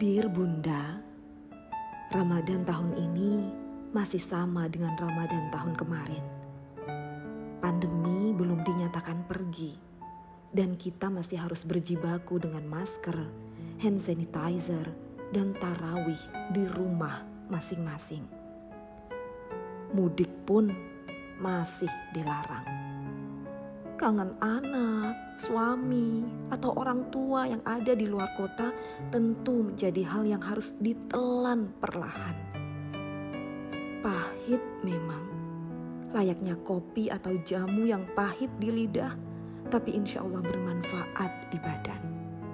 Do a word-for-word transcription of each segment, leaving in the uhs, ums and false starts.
Dear Bunda, Ramadan tahun ini masih sama dengan Ramadan tahun kemarin. Pandemi belum dinyatakan pergi, dan kita masih harus berjibaku dengan masker, hand sanitizer, dan tarawih di rumah masing-masing. Mudik pun masih dilarang. Kangen anak, suami, atau orang tua yang ada di luar kota tentu menjadi hal yang harus ditelan perlahan. Pahit memang, layaknya kopi atau jamu yang pahit di lidah, tapi insya Allah bermanfaat di badan.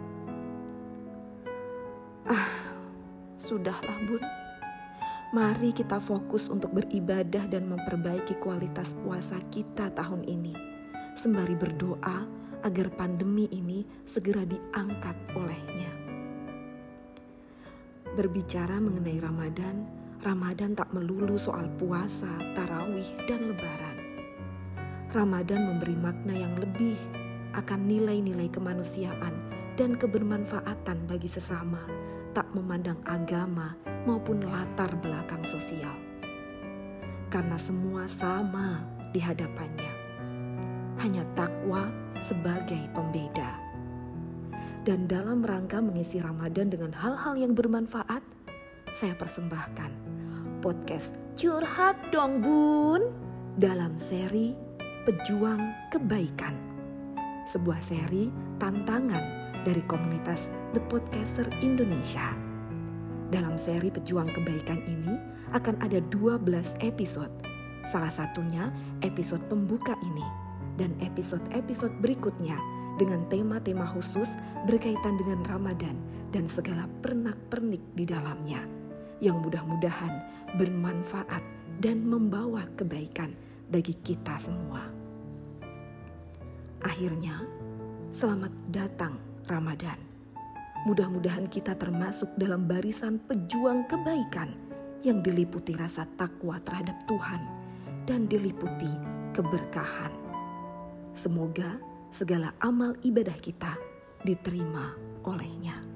Ah, sudahlah Bun. Mari kita fokus untuk beribadah dan memperbaiki kualitas puasa kita tahun ini. Sembari berdoa agar pandemi ini segera diangkat olehnya. Berbicara mengenai Ramadan, Ramadan tak melulu soal puasa, tarawih, dan lebaran. Ramadan memberi makna yang lebih akan nilai-nilai kemanusiaan dan kebermanfaatan bagi sesama, tak memandang agama maupun latar belakang sosial. Karena semua sama di hadapannya. Hanya takwa sebagai pembeda. Dan dalam rangka mengisi Ramadan dengan hal-hal yang bermanfaat, saya persembahkan podcast Curhat Dong Bun dalam seri Pejuang Kebaikan. Sebuah seri tantangan dari komunitas The Podcaster Indonesia. Dalam seri Pejuang Kebaikan ini akan ada dua belas episode. Salah satunya episode pembuka ini. Dan episode-episode berikutnya dengan tema-tema khusus berkaitan dengan Ramadan dan segala pernak-pernik di dalamnya yang mudah-mudahan bermanfaat dan membawa kebaikan bagi kita semua. Akhirnya, selamat datang Ramadan. Mudah-mudahan kita termasuk dalam barisan pejuang kebaikan yang diliputi rasa takwa terhadap Tuhan dan diliputi keberkahan. Semoga segala amal ibadah kita diterima olehnya.